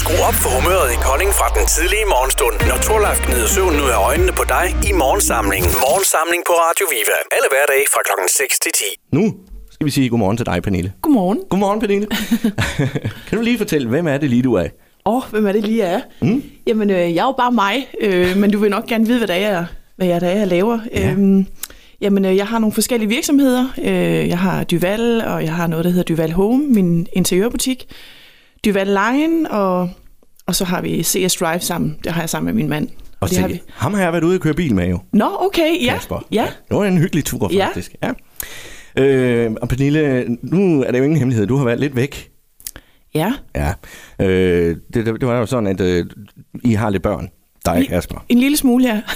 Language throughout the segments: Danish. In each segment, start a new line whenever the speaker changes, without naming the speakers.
Skru op for humøret i Kolding fra den tidlige morgenstund, når Torleif gnider søvnen ud af øjnene på dig i Morgensamlingen. Morgensamling på Radio Viva. Alle hverdage fra klokken 6 til 10.
Nu skal vi sige godmorgen til dig, Pernille.
Godmorgen.
Godmorgen, Pernille. Kan du lige fortælle, hvem er det lige, du er?
Hvem er det lige, jeg er? Jamen, jeg er jo bare mig, men du vil nok gerne vide, hvad jeg laver. Ja. Jamen, jeg har nogle forskellige virksomheder. Jeg har Duval, og jeg har noget, der hedder Duval Home, min interiørbutik. Duval Line, og så har vi CS Drive sammen. Det har jeg sammen med min mand.
Og det har vi. Ham har jeg været ude og køre bil med jo.
Nå, okay, ja.
Kasper.
Ja.
Det var en hyggelig tur, faktisk. Ja. Og Pernille, nu er det jo ingen hemmelighed. Du har været lidt væk.
Ja.
Ja. Det var jo sådan, at I har lidt børn. Dig, Kasper.
En lille smule, ja.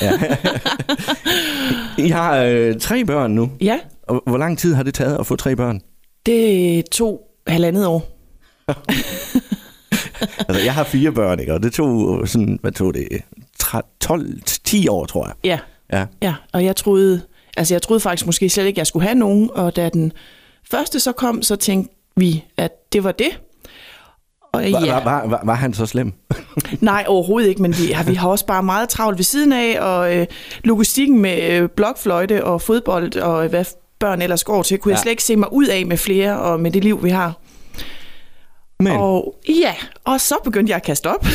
I har 3 børn nu.
Ja.
Og hvor lang tid har det taget at få 3 børn?
Det tog 1,5 år.
Altså, jeg har 4 børn, ikke? Og det tog sådan, hvad tog det? 10 år, tror jeg.
Ja, og jeg troede faktisk måske slet ikke, jeg skulle have nogen. Og da den første så kom, så tænkte vi, at det var det. Og
var han så slem?
Nej, overhovedet ikke, men vi har også bare meget travlt ved siden af, og logistikken med blokfløjte og fodbold, og hvad børn ellers går til, kunne jeg slet ikke se mig ud af med flere, og med det liv, vi har. Men. Og så begyndte jeg at kaste op.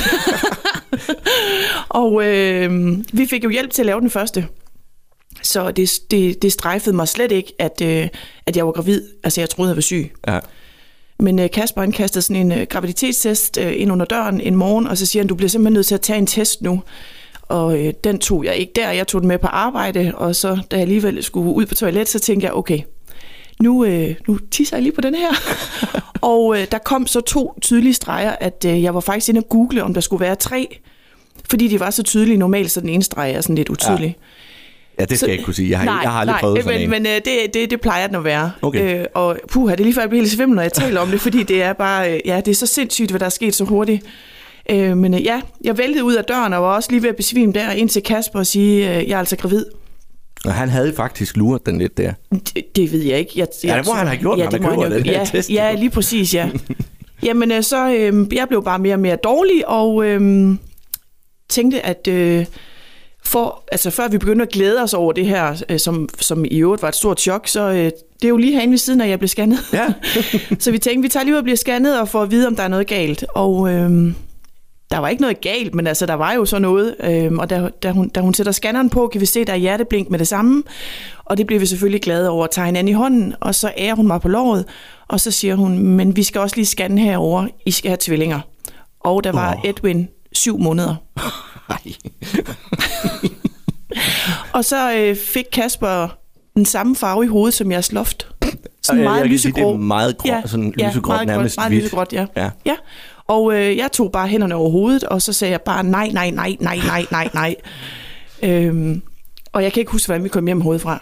Og vi fik jo hjælp til at lave den første. Så det strejfede mig slet ikke, at jeg var gravid. Altså, jeg troede, jeg var syg. Ja. Men Kasper, han kastede sådan en graviditetstest ind under døren en morgen, og så siger han, du bliver simpelthen nødt til at tage en test nu. Og den tog jeg ikke der. Jeg tog den med på arbejde, og så da jeg alligevel skulle ud på toilet, så tænkte jeg, okay, nu tisser jeg lige på den her. Og der kom så 2 tydelige streger, at jeg var faktisk inde og google, om der skulle være 3. Fordi de var så tydelige. Normalt så den ene streg er sådan lidt utydelig.
Ja, det skal jeg ikke kunne sige. Jeg har aldrig prøvet sådan en.
Men det plejer den at være.
Okay.
Og det er lige før, jeg bliver helt svimmel, når jeg taler om det, fordi det er bare, det er så sindssygt, hvad der er sket så hurtigt. Jeg væltede ud af døren og var også lige ved at besvime der, ind til Kasper og sige, jeg er altså gravid.
Og han havde faktisk luret den lidt der.
Det ved jeg ikke.
Det må han have gjort, når han køber den her test.
Ja, lige præcis, ja. Jamen, jeg blev bare mere og mere dårlig, og tænkte, at før vi begyndte at glæde os over det her, som i øvrigt var et stort chok, så det er jo lige herinde ved siden af, at jeg blev scannet. Ja. Så vi tænkte, vi tager lige ud og bliver scannet og får at vide, om der er noget galt. Og der var ikke noget galt, men altså, der var jo så noget. Og da hun sætter scanneren på, kan vi se, der er hjerteblink med det samme. Og det bliver vi selvfølgelig glade over at tage hinanden i hånden. Og så ærer hun mig på låret, og så siger hun, men vi skal også lige scanne herover. I skal have tvillinger. Og der var Edwin 7 måneder. Og så fik Kasper den samme farve i hovedet som jeres loft. Sådan meget lysegrå.
Det er meget grå, sådan lysegråt, nærmest
meget lysegråt, ja. Og jeg tog bare hænderne over hovedet, og så sagde jeg bare nej. Og jeg kan ikke huske, hvordan vi kom hjem hovedet fra.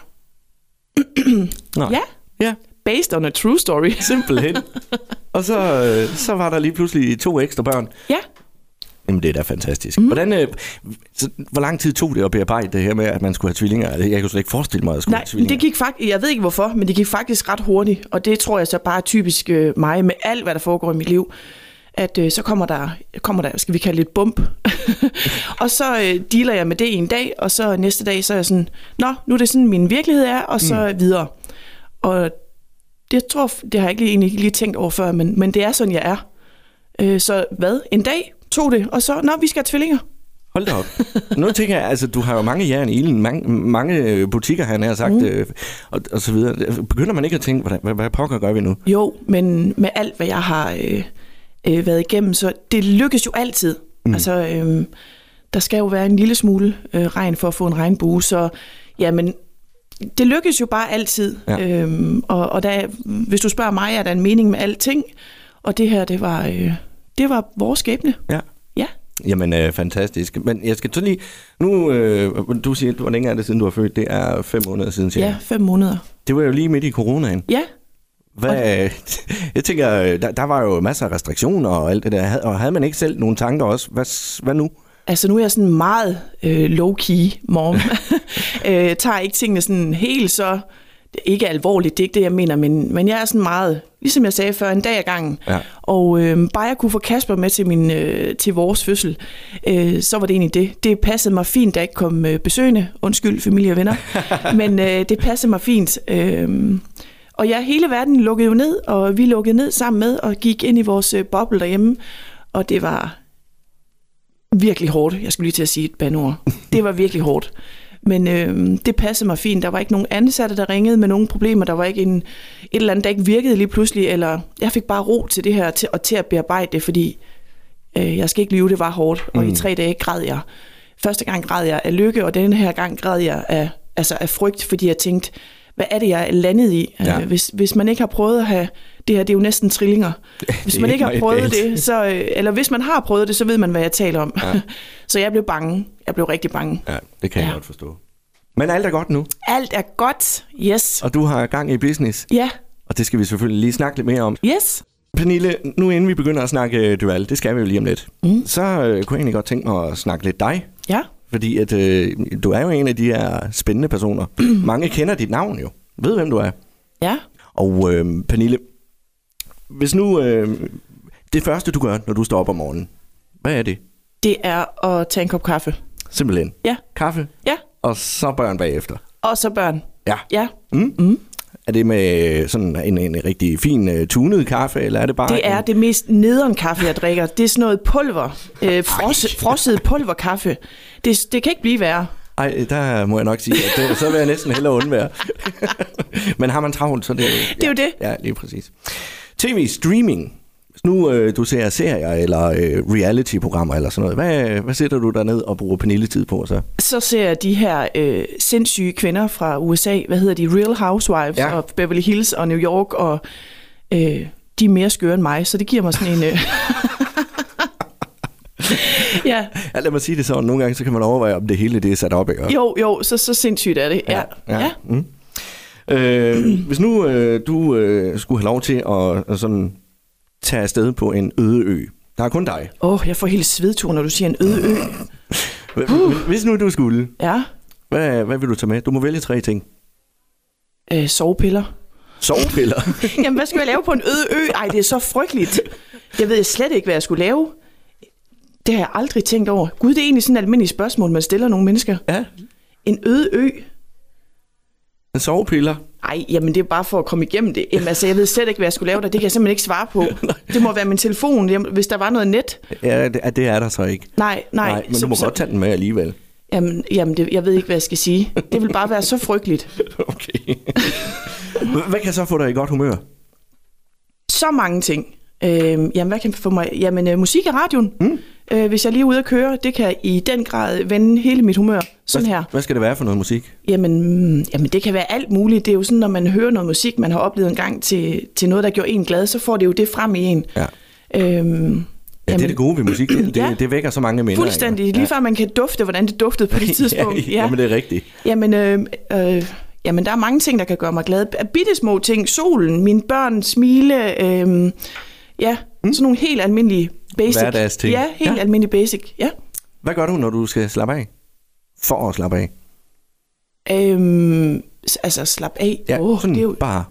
Ja. Based on a true story.
Simpelthen. Og så var der lige pludselig 2 ekstra børn.
Ja.
Jamen, det er da fantastisk. Hvor lang tid tog det at bearbejde det her med, at man skulle have tvillinger? Jeg kunne slet ikke forestille mig, at jeg skulle have tvillinger.
Det gik faktisk, jeg ved ikke hvorfor, men det gik faktisk ret hurtigt. Og det tror jeg så bare er typisk mig med alt, hvad der foregår i mit liv. At så kommer der, skal vi kalde det et bump. Og så dealer jeg med det en dag, og så næste dag, så er jeg sådan, nu er det sådan, min virkelighed er, og så videre. Og det har jeg egentlig ikke lige tænkt over før, men det er sådan, jeg er. Så en dag tog det, og så, vi skal have tvillinger.
Hold da op. Nu tænker jeg, altså, du har jo mange jern i ilden, mange butikker, han har sagt, og så videre. Begynder man ikke at tænke, hvad pokker gør vi nu?
Jo, men med alt, hvad jeg har været igennem, så det lykkes jo altid. Altså, der skal jo være en lille smule regn for at få en regnbue, så jamen, det lykkes jo bare altid. Ja. Og hvis du spørger mig, er der en mening med alting, og det her, det var vores skæbne.
Ja. Jamen, fantastisk. Men jeg skal så lige... Nu, du siger, hvor længe er det siden, du har født? Det er 5 måneder siden, siger
jeg. Ja, 5 måneder.
Det var jo lige midt i coronaen.
Ja.
Jeg tænker, der var jo masser af restriktioner og alt det der. Og havde man ikke selv nogle tanker også? Hvad nu?
Altså, nu er jeg sådan meget low-key mom. Tager ikke tingene sådan helt så ikke alvorligt, det er ikke det, jeg mener, men jeg er sådan meget, ligesom jeg sagde før, en dag ad gangen.
Ja.
Og bare jeg kunne få Kasper med til vores fødsel, så var det egentlig det. Det passede mig fint, da jeg ikke kom besøgende. Undskyld, familie og venner. Men det passede mig fint. Og ja, hele verden lukkede jo ned, og vi lukkede ned sammen med, og gik ind i vores boble derhjemme. Og det var virkelig hårdt. Jeg skulle lige til at sige et bandeord. Det var virkelig hårdt. Men det passede mig fint. Der var ikke nogen ansatte, der ringede med nogle problemer. Der var ikke et eller andet, der ikke virkede lige pludselig. Eller jeg fik bare ro til det her, til at bearbejde det, fordi jeg skal ikke lyve, det var hårdt. Og i 3 dage græd jeg. Første gang græd jeg af lykke, og denne her gang græd jeg af frygt, fordi jeg tænkte, hvad er det, jeg er landet i? Ja. Hvis man ikke har prøvet at have det her, det er jo næsten trillinger. Hvis man ikke har prøvet det, eller hvis man har prøvet det, så ved man, hvad jeg taler om. Ja. Så jeg blev bange. Jeg blev rigtig bange.
Ja, det kan jeg godt forstå. Men alt er godt nu?
Alt er godt, yes.
Og du har gang i business?
Ja.
Og det skal vi selvfølgelig lige snakke lidt mere om.
Yes.
Pernille, nu inden vi begynder at snakke Duval, det skal vi jo lige om lidt, så kunne jeg egentlig godt tænke mig at snakke lidt dig.
Ja.
Fordi at, du er jo en af de her spændende personer. Mange kender dit navn jo. Ved hvem du er.
Ja.
Og Pernille, hvis nu det første du gør, når du står op om morgenen, hvad er det?
Det er at tage en kop kaffe.
Simpelthen?
Ja.
Kaffe?
Ja.
Og så børn bagefter?
Og så børn.
Ja.
Ja.
Er det med sådan en rigtig fin tunet kaffe, eller er det bare...
Det er det mest nederen kaffe, jeg drikker. Det er sådan noget pulver. Frosset pulverkaffe. Det kan ikke blive værre.
Ej, der må jeg nok sige, at så vil jeg næsten hellere undvære. Men har man travlt, så det...
Det er jo det.
Ja, lige præcis. TV-streaming. Hvis nu du ser serier eller reality-programmer eller sådan noget, hvad sætter du derned og bruger Pernille-tid på så?
Så ser jeg de her sindssyge kvinder fra USA, hvad hedder de? Real Housewives og Beverly Hills og New York, og de er mere skøre end mig, så det giver mig sådan en... Ja,
lad mig sige det sådan. Nogle gange så kan man overveje, om det hele det er sat op, ikke?
Jo, så sindssygt er det. Ja.
Hvis nu du skulle have lov til at sådan tage afsted på en øde ø. Der er kun dig.
Jeg får helt svedtur, når du siger en øde ø.
Hvis nu du skulle,
ja.
Hvad vil du tage med? Du må vælge 3 ting.
Sovepiller.
Sovepiller?
Jamen, hvad skal jeg lave på en øde ø? Ej, det er så frygteligt. Jeg ved slet ikke, hvad jeg skulle lave. Det har jeg aldrig tænkt over. Gud, det er egentlig sådan et almindeligt spørgsmål, man stiller nogle mennesker.
Ja.
En øde ø.
En sovepiller?
Ej, jamen det er bare for at komme igennem det. Jamen, altså, jeg ved slet ikke, hvad jeg skulle lave der. Det kan jeg simpelthen ikke svare på. Det må være min telefon, hvis der var noget net.
Ja, det er der så ikke.
Nej.
Men du må godt tage den med alligevel.
Jamen jeg ved ikke, hvad jeg skal sige. Det vil bare være så frygteligt.
Okay. Hvad kan så få dig i godt humør?
Så mange ting. Jamen, hvad kan få mig? Jamen, musik i radioen. Hvis jeg lige er ude at køre, det kan i den grad vende hele mit humør. Sådan her.
Hvad skal det være for noget musik?
Jamen, det kan være alt muligt. Det er jo sådan, når man hører noget musik, man har oplevet en gang til noget, der gjorde en glad, så får det jo det frem i en. Ja.
Ja, det er det gode ved musik. Det vækker så mange minder.
Fuldstændig. Lige før man kan dufte, hvordan det duftede på det tidspunkt.
Jamen, det er rigtigt.
Jamen, der er mange ting, der kan gøre mig glad. Bittesmå ting. Solen, mine børn, smile. Sådan nogle helt almindelige basic.
Hverdagsting.
Ja, helt almindelige basic. Ja. Hvad
gør du, når du skal slappe af? For at slappe af?
Altså, slappe af?
Ja, sådan
det er jo...
bare...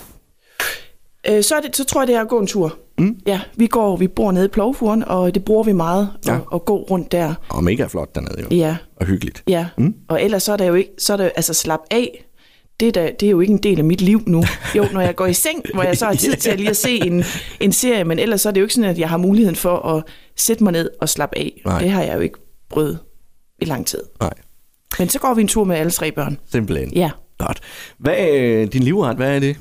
Så tror jeg, det er at gå en tur. Ja, vi bor nede i Plovfuren, og det bruger vi meget at gå rundt der.
Og mega flot dernede jo.
Ja.
Og hyggeligt.
Ja, og ellers så er der jo ikke, altså slap af, det er jo ikke en del af mit liv nu. Jo, når jeg går i seng, hvor jeg så har tid til at lige at se en serie, men ellers så er det jo ikke sådan, at jeg har muligheden for at sætte mig ned og slappe af. Nej. Det har jeg jo ikke prøvet i lang tid.
Nej.
Men så går vi en tur med alle 3 børn.
Simpelthen.
Ja.
Godt. Hvad er din livret? Hvad er det?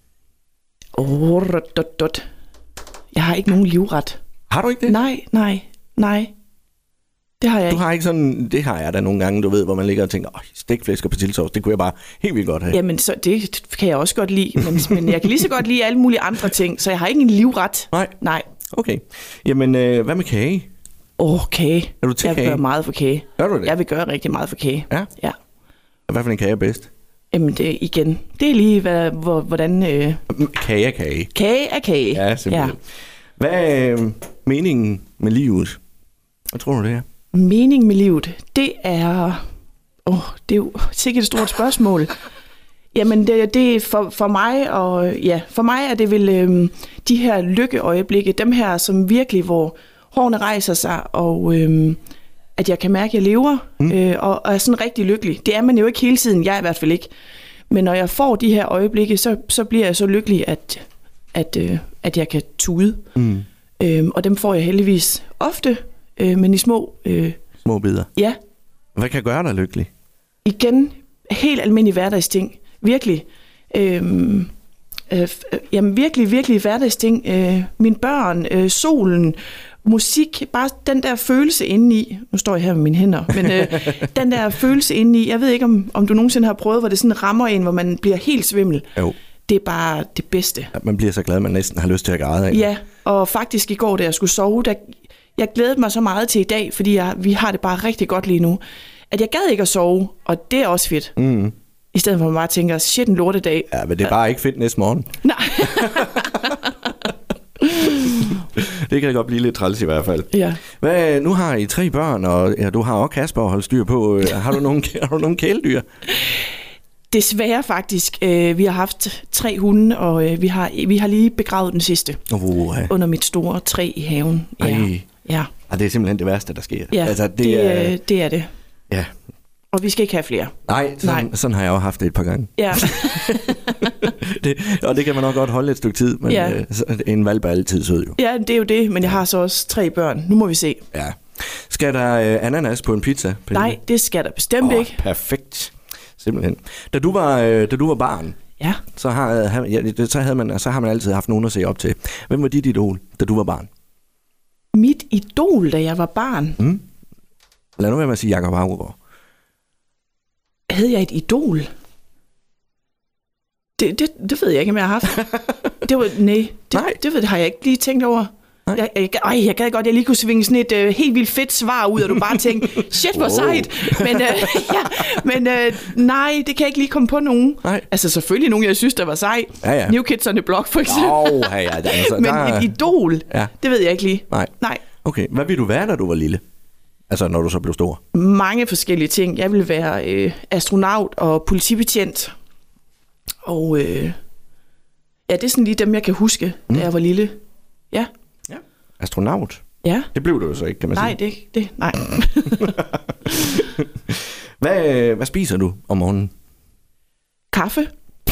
Jeg har ikke nogen livret.
Har du ikke det?
Nej. Det har jeg ikke.
Du har ikke sådan, det har jeg da nogle gange, du ved, hvor man ligger og tænker, stegflæsk og persillesovs, det kunne jeg bare helt vildt godt have.
Jamen, så det kan jeg også godt lide, men jeg kan lige så godt lide alle mulige andre ting, så jeg har ikke en livret. Nej.
Okay. Jamen, hvad med kage?
Kage.
Er du til kage?
Jeg vil gøre meget for kage.
Gør du det?
Jeg vil gøre rigtig meget for kage.
Ja. Hvad for en kage er bedst?
Jamen, det er lige, hvordan...
Kage er kage.
Kage er kage.
Ja, simpelthen. Ja. Hvad er meningen med livet? Hvad tror du, det er?
Meningen med livet, det er... det er jo sikkert et stort spørgsmål. Jamen, det er for mig, og ja, for mig er det vel de her lykkeøjeblikke, dem her, som virkelig, hvor hårene rejser sig, og at jeg kan mærke, at jeg lever, og er sådan rigtig lykkelig. Det er man jo ikke hele tiden, jeg i hvert fald ikke. Men når jeg får de her øjeblikke, så bliver jeg så lykkelig, at jeg kan tude. Og dem får jeg heldigvis ofte, men i små
bidder.
Ja.
Hvad kan gøre dig lykkelig?
Igen, helt almindelige hverdagsting. Virkelig. Jamen virkelig, virkelig hverdagsting. Mine børn, solen, musik, bare den der følelse indeni. Nu står jeg her med mine hænder, men den der følelse indeni. Jeg ved ikke, om du nogensinde har prøvet, hvor det sådan rammer en, hvor man bliver helt svimmel. Jo. Det er bare det bedste. Ja,
man bliver så glad, at man næsten har lyst til at græde af.
Ja, og faktisk i går, da jeg skulle sove, jeg glædede mig så meget til i dag, fordi vi har det bare rigtig godt lige nu, at jeg gad ikke at sove, og det er også fedt. I stedet for at man bare tænker, shit, en lortedag.
Ja, men det er bare ikke fedt næste morgen.
Nej.
Det kan godt blive lidt træls i hvert fald.
Ja.
Nu har I 3 børn, og ja, du har også Kasper at holde styr på. Har du nogle kæledyr?
Desværre faktisk. Vi har haft 3 hunde, og vi har lige begravet den sidste. Under mit store træ i haven. Ja. Og
det er simpelthen det værste, der sker.
Ja, altså, det er det.
Ja.
Og vi skal ikke have flere.
Nej, sådan har jeg også haft det et par gange.
Ja.
det kan man nok godt holde et stykke tid, men en hvalp er altid sød jo.
Ja, det er jo det, men jeg har så også 3 børn. Nu må vi se.
Ja. Skal der ananas på en pizza? Pelle?
Nej, det skal der bestemt ikke.
Perfekt. Simpelthen. Da du var barn, så har man altid haft nogen at se op til. Hvem var dit idol, da du var barn?
Mit idol, da jeg var barn?
Lad nu være med at sige Jakob Haugaard.
Havde jeg et idol? Det ved jeg ikke, om jeg har haft. Det har jeg ikke lige tænkt over. Jeg gad godt, jeg lige kunne svinge sådan et helt vildt fedt svar ud, og du bare tænkte, shit, hvor sejt. Men nej, det kan jeg ikke lige komme på nogen. Nej. Altså selvfølgelig nogen, jeg synes, der var sej. Ja. New Kids on the Block, for eksempel. Men et idol, det ved jeg ikke lige. Nej.
Okay, hvad ville du være, da du var lille? Altså, når du så blev stor?
Mange forskellige ting. Jeg ville være astronaut og politibetjent. Og det er sådan lige dem, jeg kan huske, da jeg var lille. Ja.
Astronaut?
Ja.
Det blev du jo så ikke, kan man sige.
Nej.
Hvad spiser du om morgenen?
Kaffe.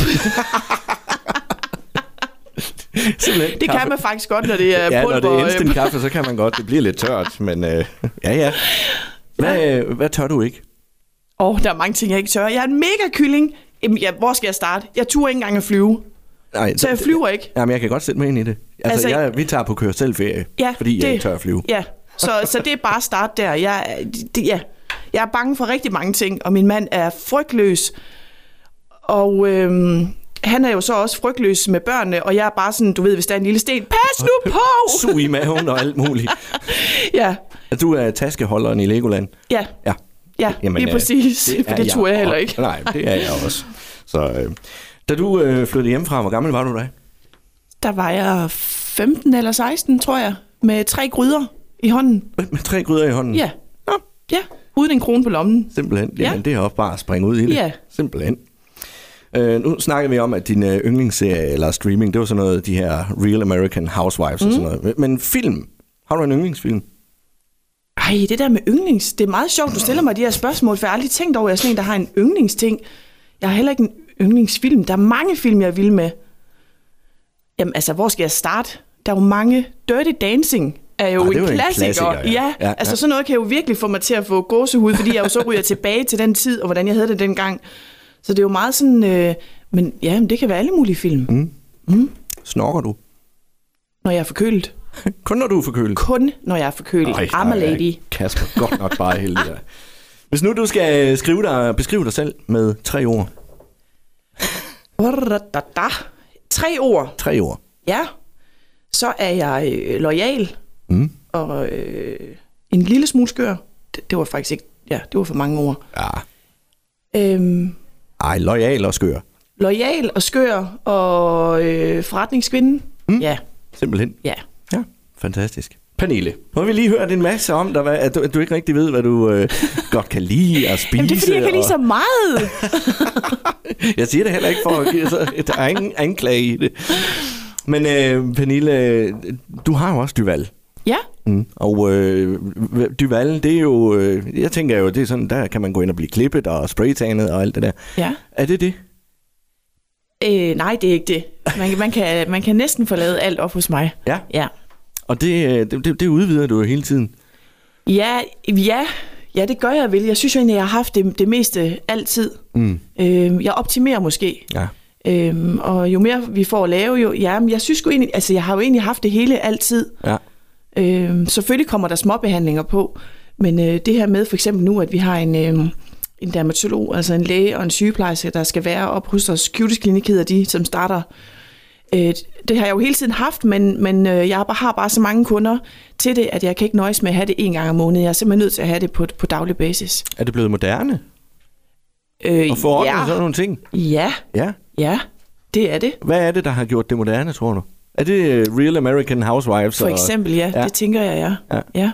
Det kan man faktisk godt, når det er pulver.
Ja, når det er instant kaffe, så kan man godt. Det bliver lidt tørt, men ja. Hvad tør du ikke?
Der er mange ting, jeg ikke tør. Jeg er en mega kylling. Hvor skal jeg starte? Jeg turde ikke engang at flyve.
Nej,
så jeg flyver ikke.
Jamen, jeg kan godt sætte mig ind i det. Altså vi tager på køre selv ferie, fordi jeg ikke tør at flyve. Ja,
så det er bare at starte der. Jeg er bange for rigtig mange ting, og min mand er frygtløs. Og han er jo så også frygtløs med børnene, og jeg er bare sådan, du ved, hvis der er en lille sten, pas nu på!
Sug i maven og alt muligt.
Ja.
Du er taskeholderen i Legoland.
Ja. Jamen, lige præcis, for det tror jeg heller ikke.
Nej, det er jeg også. Så da du flyttede hjemmefra, hvor gammel var du da?
Der var jeg 15 eller 16, tror jeg, med 3 gryder i hånden.
Med 3 gryder i hånden?
Ja. Ja, uden en krone på lommen.
Simpelthen. Jamen, det er også bare at springe ud i det.
Ja.
Simpelthen. Nu snakker vi om, at din yndlingsserie eller streaming, det var sådan noget, de her Real American Housewives og sådan noget. Men film, har du en yndlingsfilm?
Ej, det der med yndlings, det er meget sjovt, du stiller mig de her spørgsmål, for jeg har aldrig tænkt over, at jeg er sådan en, der har en yndlingsting. Jeg har heller ikke en yndlingsfilm. Der er mange film, jeg vil med. Jamen, altså, hvor skal jeg starte? Der er jo mange. Dirty Dancing er jo en klassiker. Ja, altså sådan noget kan jo virkelig få mig til at få gåsehud, fordi jeg jo så ryger tilbage til den tid, og hvordan jeg havde det dengang. Så det er jo meget sådan, men ja, det kan være alle mulige film.
Snorker du?
Når jeg er forkølet.
Kun når du er forkølet?
Kun når jeg er forkølet. I'm a lady.
Kasper, godt nok bare heldig der. Hvis nu du skal beskrive dig selv med 3 ord.
3 ord?
3 ord.
Ja. Så er jeg loyal. Og en lille smule skør. Det var faktisk ikke, det var for mange ord.
Ja. Loyal og skør.
Loyal og skør og forretningskvinde. Ja.
Simpelthen.
Ja.
Ja, fantastisk. Pernille, nu har vi lige hørt en masse om dig, at du ikke rigtig ved, hvad du godt kan lide at spise.
Jamen, det er fordi, jeg kan lide så meget.
Jeg siger det heller ikke for at give så der er ingen anklage i det. Men Pernille, du har jo også Duval.
Ja.
Og Duval, det er jo, jeg tænker jo, det er sådan, der kan man gå ind og blive klippet og spraytanet og alt det der.
Ja.
Er det det?
Nej, det er ikke det. Man kan næsten få lavet alt op hos mig.
Ja.
Ja.
Og det udvider du jo hele tiden.
Ja, det gør jeg vel. Jeg synes jo egentlig, jeg har haft det meste altid. Jeg optimerer måske.
Ja.
Og jo mere vi får at lave, jo... Ja, men jeg synes jo egentlig... Altså, jeg har jo egentlig haft det hele altid.
Ja.
Selvfølgelig kommer der småbehandlinger på, men det her med for eksempel nu, at vi har en dermatolog, altså en læge og en sygeplejerske, der skal være op hos os. Cutis Klinik hedder de, som starter. Det har jeg jo hele tiden haft, men jeg har bare så mange kunder til det, at jeg kan ikke nøjes med at have det en gang om måneden. Jeg er simpelthen nødt til at have det på daglig basis.
Er det blevet moderne? Og få ordnet sådan nogle ting?
Ja, det er det.
Hvad er det, der har gjort det moderne, tror du? Er det Real American Housewives?
For eksempel, ja. Det tænker jeg, ja.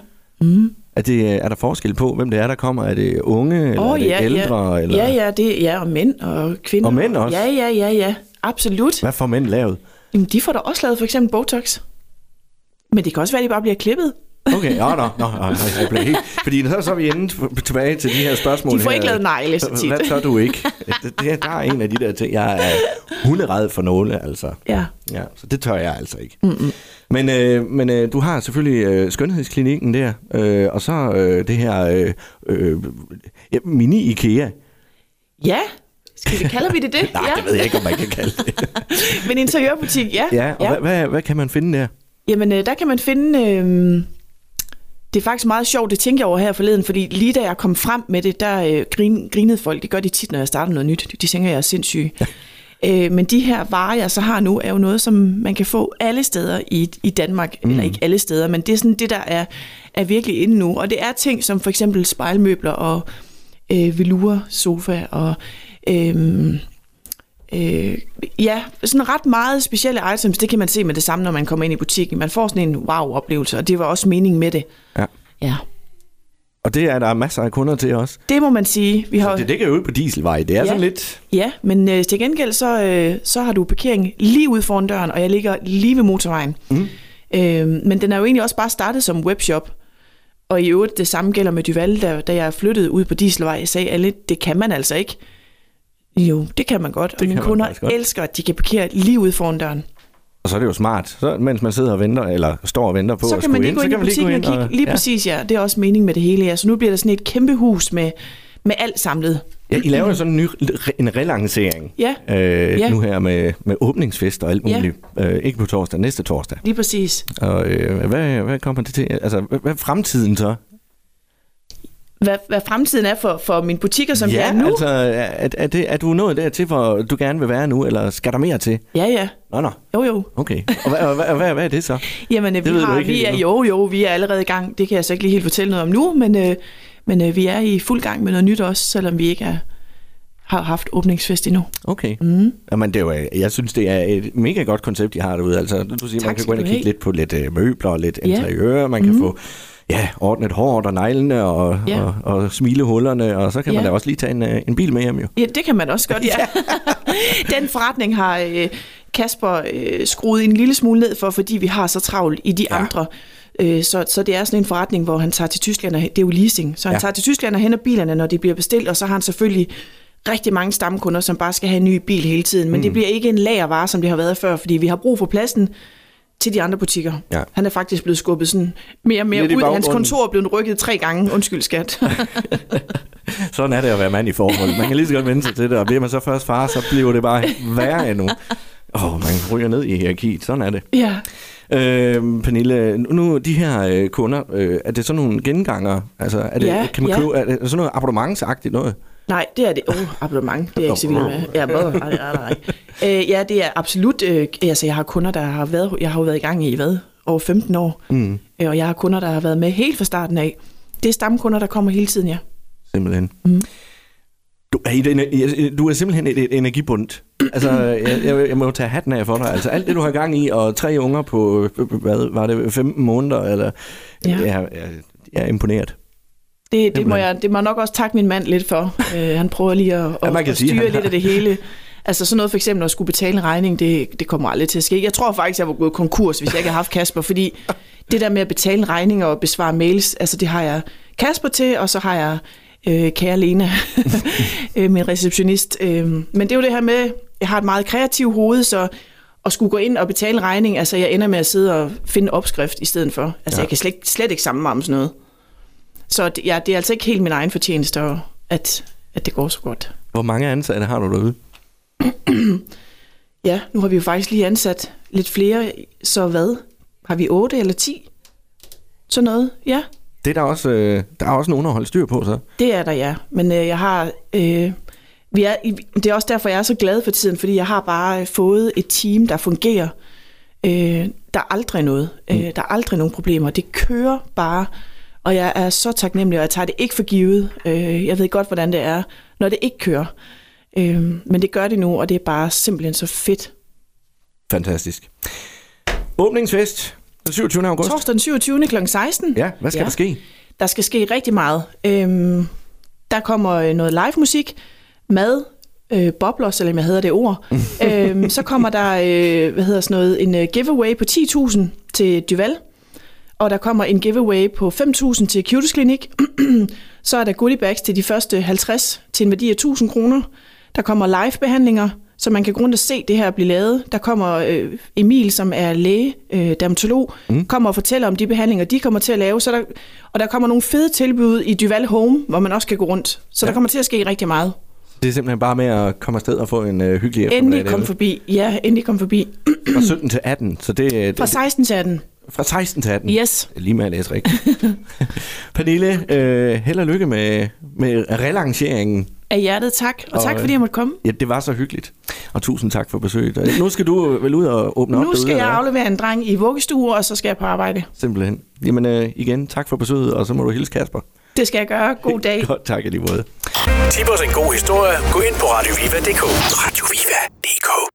Er der forskel på, hvem det er, der kommer? Er det unge, eller er det ældre?
Ja.
Eller?
Ja, det er og mænd og kvinder.
Og mænd også?
Ja, absolut.
Hvad får mænd lavet?
Jamen, de får da også lavet for eksempel Botox. Men det kan også være, at de bare bliver klippet.
Okay, jeg blev helt... Fordi så er vi tilbage til de her spørgsmål.
De får
her.
Ikke lavet negle så tit.
Hvad tør du ikke? Der er en af de der ting. Jeg er hunderedd for nåle, altså.
Ja.
Så det tør jeg altså ikke. Men du har selvfølgelig skønhedsklinikken der, og så det her mini-IKEA.
Ja, kalder vi det?
Nej, det ved jeg ikke, om man kan kalde det.
Men interiørbutik, ja.
Ja, og hvad kan man finde der?
Jamen, der kan man finde... Det er faktisk meget sjovt, det tænker jeg over her forleden, fordi lige da jeg kom frem med det, der grinede folk. Det gør de tit, når jeg starter noget nyt. De tænker, jeg er sindssyg. Men de her varer, jeg så har nu, er jo noget, som man kan få alle steder i Danmark. Eller ikke alle steder, men det er sådan det, der er virkelig inde nu. Og det er ting som for eksempel spejlmøbler og velour sofa og... sådan ret meget specielle items, det kan man se med det samme, når man kommer ind i butikken. Man får sådan en wow-oplevelse, og det var også meningen med det. Ja.
Og det er der masser af kunder til også.
Det må man sige.
Det ligger jo ude på Dieselvej, det er sådan lidt...
Ja, men til gengæld så har du parkering lige ude foran døren, og jeg ligger lige ved motorvejen. Men den er jo egentlig også bare startet som webshop. Og i øvrigt det samme gælder med Duval, da jeg flyttede ud på Dieselvej. Jeg sagde alle, det kan man altså ikke. Jo, det kan man godt, og mine kunder elsker, at de kan parkere lige ude foran døren. Og
så er det jo smart, så, mens man sidder og venter, eller står og venter på
så
at
skulle ind, så kan man lige gå ind og kigge. Lige præcis, ja. Det er også meningen med det hele, ja. Så nu bliver der sådan et kæmpe hus med alt samlet.
Ja, I laver jo sådan en relancering nu her med åbningsfest og alt muligt. Ikke på torsdag, næste torsdag.
Lige præcis.
Og hvad kommer det til? Altså, hvad er fremtiden så?
Hvad fremtiden er for mine butikker, som det er nu?
Altså, er du nået dertil, hvor du gerne vil være nu, eller skal der mere til?
Ja.
Nå.
Jo.
Okay. Og hvad er det så?
Jamen, vi er allerede i gang. Det kan jeg så ikke lige helt fortælle noget om nu, men vi er i fuld gang med noget nyt også, selvom vi ikke har haft åbningsfest endnu.
Okay. Jamen, jeg synes, det er et mega godt koncept, I har derude. Altså, du siger, man kan gå ind og kigge lidt på lidt møbler og lidt interiør, man kan få... Ja, ordnet håret og neglene og smilehullerne, og så kan man da også lige tage en bil med hjem jo. Ja,
det kan man også godt, ja. Den forretning har Kasper skruet en lille smule ned for, fordi vi har så travlt i de andre. Så det er sådan en forretning, hvor han tager til Tyskland, det er jo leasing, så han tager til Tyskland og henter bilerne, når de bliver bestilt, og så har han selvfølgelig rigtig mange stamkunder, som bare skal have en ny bil hele tiden. Men det bliver ikke en lagervare, som det har været før, fordi vi har brug for pladsen til de andre butikker. Ja. Han er faktisk blevet skubbet sådan mere og mere ud. Hans kontor er blevet rykket 3 gange. Undskyld, skat.
Sådan er det at være mand i forhold. Man kan lige så godt vende sig til det, og bliver man så først far, så bliver det bare værre endnu. Man ryger ned i hierarkiet. Sådan er det.
Ja.
Pernille, nu de her kunder, er det sådan nogle genganger? Altså, kan man købe, er det sådan noget abonnementsagtigt noget?
Nej, det er det. Abonnement, det er jeg ikke så vild med. Ja, det er absolut. Altså, jeg har kunder, der har været... Jeg har jo været i gang i, over 15 år. Og jeg har kunder, der har været med helt fra starten af. Det er stamkunder, der kommer hele tiden, ja.
Simpelthen. Du er simpelthen et energibundt. Altså, jeg må tage hatten af for dig. Altså, alt det, du har gang i, og 3 unger på, hvad var det, 15 måneder, eller... Ja. Jeg er imponeret.
Det må jeg nok også takke min mand lidt for. Han prøver lige at styre lidt af det hele. Altså sådan noget for eksempel at skulle betale en regning, det kommer aldrig til at ske. Jeg tror faktisk, jeg var gået konkurs, hvis jeg ikke havde haft Kasper, fordi det der med at betale en regning og besvare mails, altså det har jeg Kasper til, og så har jeg kære Lena, min receptionist. Men det er jo det her med, jeg har et meget kreativt hoved, så at skulle gå ind og betale en regning, altså jeg ender med at sidde og finde opskrift i stedet for. Altså jeg kan slet ikke samle mig om sådan noget. Så det er altså ikke helt min egen fortjeneste, at det går så godt.
Hvor mange ansatte har du derude?
Ja, nu har vi jo faktisk lige ansat lidt flere, så hvad? Har vi 8 eller 10? Sådan noget, ja.
Det er der er også nogen at holde styr på, så? Det
er der, ja. Men jeg har... det er også derfor, jeg er så glad for tiden, fordi jeg har bare fået et team, der fungerer. Der er aldrig noget. Der er aldrig nogen problemer. Det kører bare, og jeg er så taknemmelig, og jeg tager det ikke for givet. Jeg ved godt, hvordan det er, når det ikke kører. Men det gør det nu, og det er bare simpelthen så fedt.
Fantastisk. Åbningsfest den 27. august.
Torsdag den 27. kl. 16.
Ja, hvad skal der ske?
Der skal ske rigtig meget. Der kommer noget live musik, mad, bobler, selvom jeg hedder det ord. Så kommer der en giveaway på 10.000 til Duval. Og der kommer en giveaway på 5.000 til Cutis Klinik. Så er der goodie bags til de første 50 til en værdi af 1.000 kroner. Der kommer live-behandlinger, så man kan gå rundt og se det her blive lavet. Der kommer Emil, som er læge, dermatolog, kommer og fortæller om de behandlinger, de kommer til at lave. Og der kommer nogle fede tilbud i Duval Home, hvor man også kan gå rundt. Så der kommer til at ske rigtig meget.
Det er simpelthen bare med at komme afsted og få en hyggelig eftermiddag.
Endelig kom forbi. Ja, endelig kom forbi.
Fra 17 til 18. Så det,
fra 16 til 18.
Fra 16 til 18?
Yes.
Lige med at læse rigtigt. Pernille, held og lykke med relanceringen.
Af hjertet, tak. Og tak fordi jeg måtte komme.
Ja, det var så hyggeligt. Og tusind tak for besøget. Nu skal du vel ud og åbne op derude?
Nu skal jeg aflevere en dreng i vuggestue, og så skal jeg på arbejde.
Simpelthen. Jamen igen, tak for besøget, og så må du hilse Kasper.
Det skal jeg gøre. God dag.
Godt, tak i lige måde.
Tip os en god historie. Gå ind på radioviva.dk. radioviva.dk